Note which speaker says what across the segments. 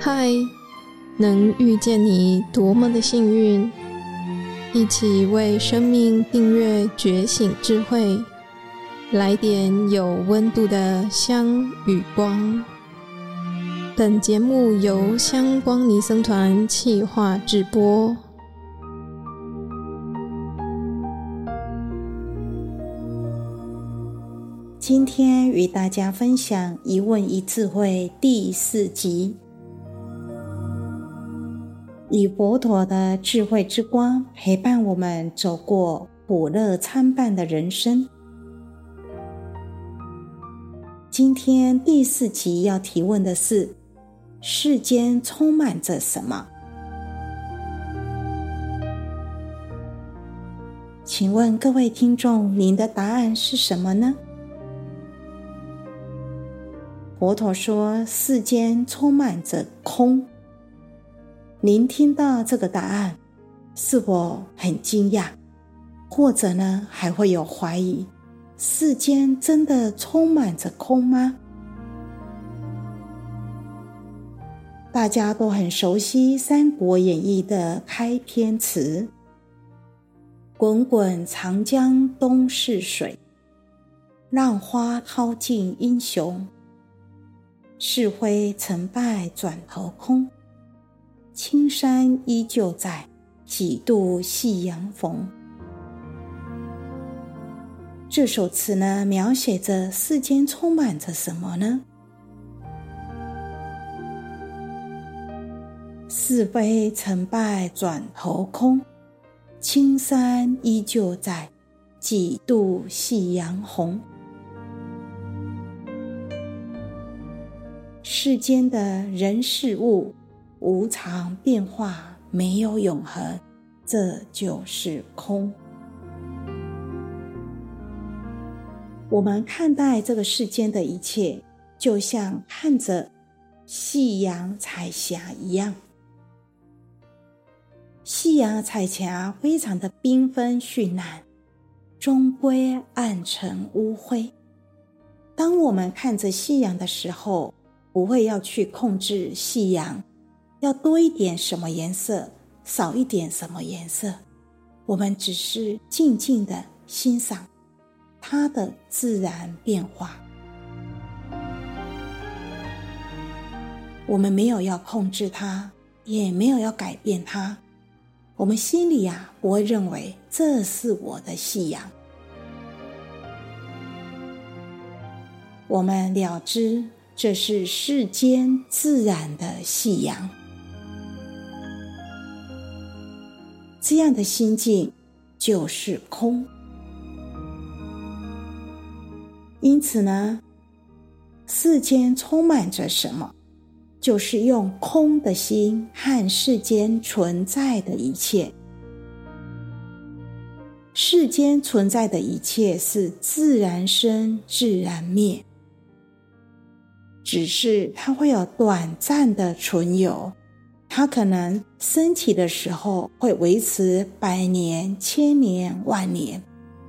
Speaker 1: 嗨，能遇见你多么的幸运！一起为生命订阅觉醒智慧，来点有温度的香与光。本节目由香光尼僧团企划制播。
Speaker 2: 今天与大家分享一问一智慧第4集，以佛陀的智慧之光陪伴我们走过苦乐参半的人生。今天第4集要提问的是：世间充满着什么？请问各位听众，您的答案是什么呢？佛陀说，世间充满着空。您听到这个答案，是否很惊讶？或者呢，还会有怀疑，世间真的充满着空吗？大家都很熟悉《三国演义》的开篇词：滚滚长江东逝水，浪花淘尽英雄。是非成败转头空，青山依旧在，几度夕阳红。这首词呢，描写着世间充满着什么呢？是非成败转头空，青山依旧在，几度夕阳红。世间的人事物无常变化，没有永恒，这就是空。我们看待这个世间的一切，就像看着夕阳彩霞一样。夕阳彩霞非常的缤纷绚烂，终归暗成乌灰。当我们看着夕阳的时候，不会要去控制夕阳要多一点什么颜色，少一点什么颜色，我们只是静静的欣赏它的自然变化。我们没有要控制它，也没有要改变它，我们心里不会认为这是我的夕阳。我们了知这是世间自然的夕阳。这样的心境就是空。因此呢，世间充满着什么？就是用空的心和世间存在的一切。世间存在的一切是自然生，自然灭。只是它会有短暂的存有，它可能升起的时候会维持100年、1000年、万年。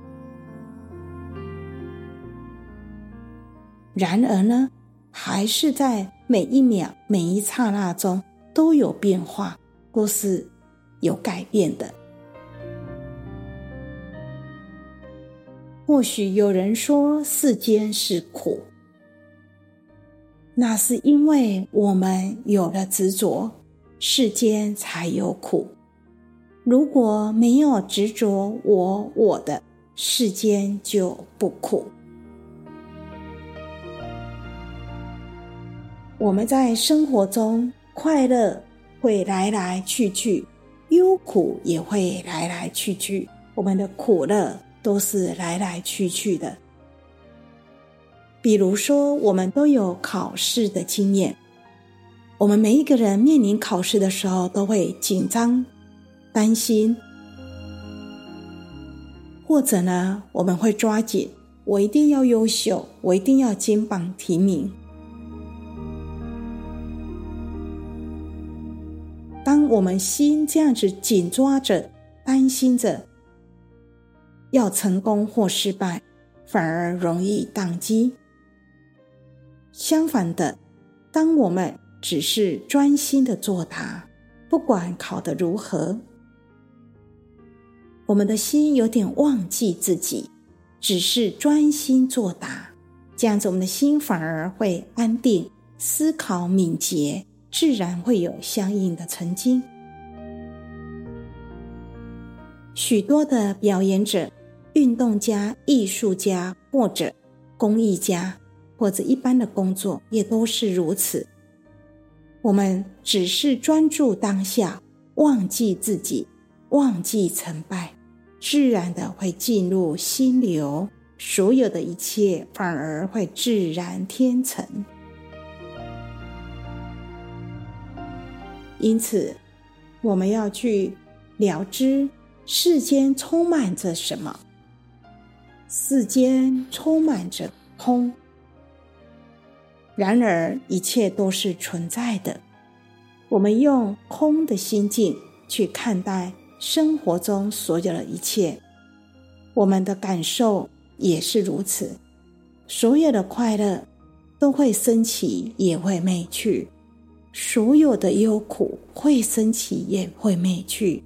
Speaker 2: 然而呢，还是在每一秒、每一刹那中都有变化，都是有改变的。或许有人说世间是苦，那是因为我们有了执着，世间才有苦。如果没有执着我的，世间就不苦。我们在生活中，快乐会来来去去，忧苦也会来来去去，我们的苦乐都是来来去去的。比如说，我们都有考试的经验，我们每一个人面临考试的时候都会紧张、担心，或者呢，我们会抓紧，我一定要优秀，我一定要金榜题名。当我们心这样子紧抓着、担心着要成功或失败，反而容易宕机。相反的，当我们只是专心的作答，不管考得如何。我们的心有点忘记自己，只是专心作答，这样子我们的心反而会安定，思考敏捷，自然会有相应的成绩。许多的表演者、运动家、艺术家或者公益家或者一般的工作也都是如此。我们只是专注当下，忘记自己，忘记成败，自然的会进入心流，所有的一切反而会自然天成。因此，我们要去了知世间充满着什么？世间充满着空。然而，一切都是存在的。我们用空的心境去看待生活中所有的一切，我们的感受也是如此。所有的快乐都会升起，也会灭去；所有的忧苦会升起，也会灭去。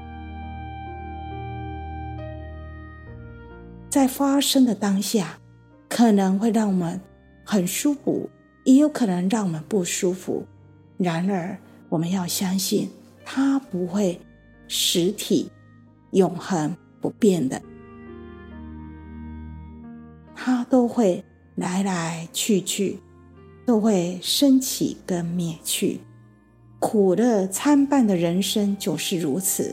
Speaker 2: 在发生的当下，可能会让我们很舒服，也有可能让我们不舒服。然而，我们要相信，它不会实体、永恒、不变的，它都会来来去去，都会升起跟灭去。苦乐参半的人生就是如此。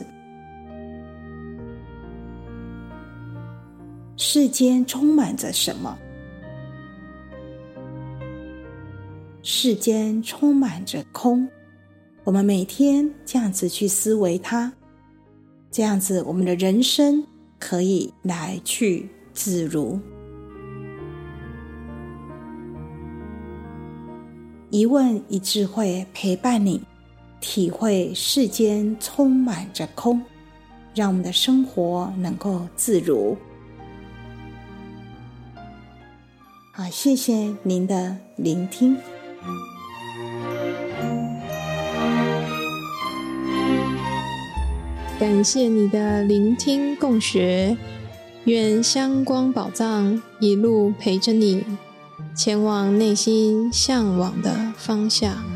Speaker 2: 世间充满着什么？世间充满着空。我们每天这样子去思维它，这样子我们的人生可以来去自如。一问一智慧陪伴你，体会世间充满着空，让我们的生活能够自如。好，谢谢您的聆听。
Speaker 1: 感谢你的聆听共学，愿香光宝藏一路陪着你，前往内心向往的方向。